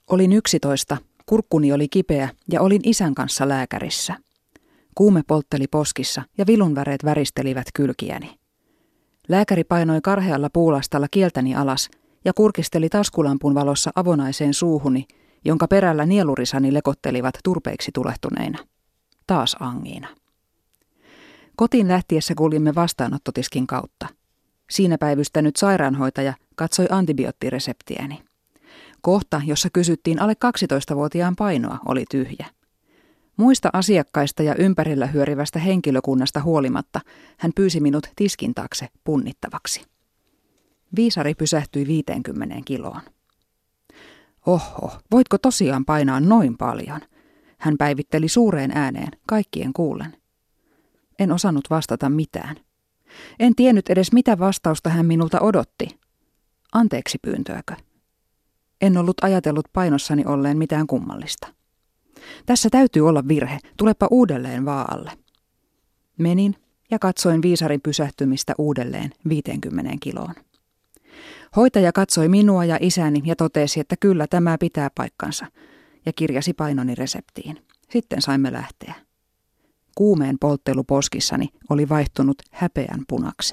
Olin 11, kurkkuni oli kipeä ja olin isän kanssa lääkärissä. Kuume poltteli poskissa ja vilunväreet väristelivät kylkiäni. Lääkäri painoi karhealla puulastalla kieltäni alas ja kurkisteli taskulampun valossa avonaiseen suuhuni, jonka perällä nielurisani lekottelivat turpeiksi tulehtuneina. Taas angiina. Kotiin lähtiessä kuljimme vastaanottotiskin kautta. Siinä päivystänyt sairaanhoitaja katsoi antibioottireseptiäni. Kohta, jossa kysyttiin alle 12-vuotiaan painoa, oli tyhjä. Muista asiakkaista ja ympärillä hyörivästä henkilökunnasta huolimatta hän pyysi minut tiskin taakse punnittavaksi. Viisari pysähtyi 50 kiloon. Oho, voitko tosiaan painaa noin paljon? Hän päivitteli suureen ääneen, kaikkien kuullen. En osannut vastata mitään. En tiennyt edes mitä vastausta hän minulta odotti. Anteeksi pyyntöäkö? En ollut ajatellut painossani olleen mitään kummallista. Tässä täytyy olla virhe, tulepa uudelleen vaalle. Menin ja katsoin viisarin pysähtymistä uudelleen 50 kiloon. Hoitaja katsoi minua ja isäni ja totesi, että kyllä tämä pitää paikkansa, ja kirjasi painoni reseptiin. Sitten saimme lähteä. Kuumeen polttelu poskissani oli vaihtunut häpeän punaksi.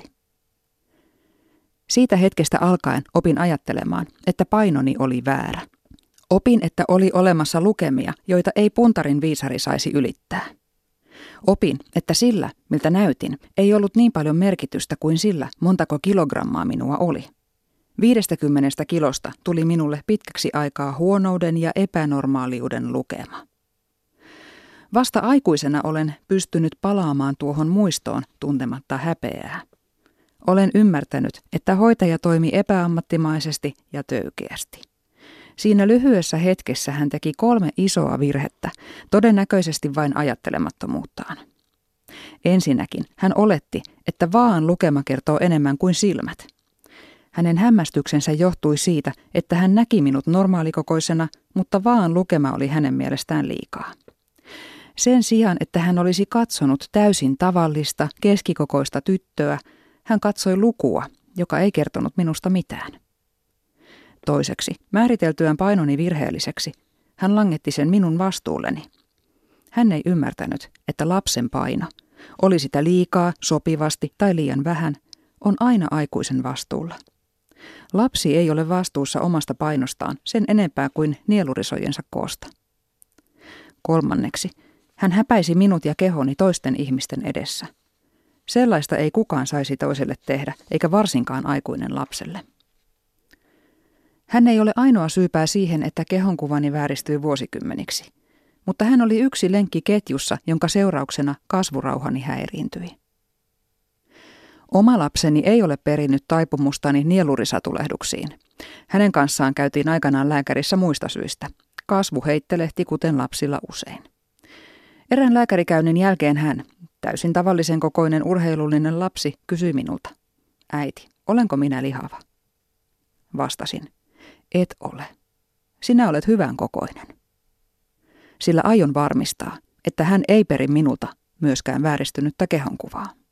Siitä hetkestä alkaen opin ajattelemaan, että painoni oli väärä. Opin, että oli olemassa lukemia, joita ei puntarin viisari saisi ylittää. Opin, että sillä, miltä näytin, ei ollut niin paljon merkitystä kuin sillä, montako kilogrammaa minua oli. 50 kilosta tuli minulle pitkäksi aikaa huonouden ja epänormaaliuden lukema. Vasta aikuisena olen pystynyt palaamaan tuohon muistoon tuntematta häpeää. Olen ymmärtänyt, että hoitaja toimi epäammattimaisesti ja töykeästi. Siinä lyhyessä hetkessä hän teki 3 isoa virhettä, todennäköisesti vain ajattelemattomuuttaan. Ensinnäkin hän oletti, että vaan lukema kertoo enemmän kuin silmät. Hänen hämmästyksensä johtui siitä, että hän näki minut normaalikokoisena, mutta vaan lukema oli hänen mielestään liikaa. Sen sijaan, että hän olisi katsonut täysin tavallista, keskikokoista tyttöä, hän katsoi lukua, joka ei kertonut minusta mitään. Toiseksi, määriteltyään painoni virheelliseksi, hän langetti sen minun vastuulleni. Hän ei ymmärtänyt, että lapsen paino, oli sitä liikaa, sopivasti tai liian vähän, on aina aikuisen vastuulla. Lapsi ei ole vastuussa omasta painostaan sen enempää kuin nielurisojensa koosta. Kolmanneksi, hän häpäisi minut ja kehoni toisten ihmisten edessä. Sellaista ei kukaan saisi toiselle tehdä, eikä varsinkaan aikuinen lapselle. Hän ei ole ainoa syypää siihen, että kehonkuvani vääristyi vuosikymmeniksi, mutta hän oli yksi lenkki ketjussa, jonka seurauksena kasvurauhani häiriintyi. Oma lapseni ei ole perinnyt taipumustani nielurisatulehduksiin. Hänen kanssaan käytiin aikanaan lääkärissä muista syistä. Kasvu heittelehti kuten lapsilla usein. Erään lääkärikäynnin jälkeen hän, täysin tavallisen kokoinen urheilullinen lapsi, kysyi minulta: äiti, olenko minä lihava? Vastasin: et ole. Sinä olet hyvän kokoinen. Sillä aion varmistaa, että hän ei peri minulta myöskään vääristynyttä kehonkuvaa.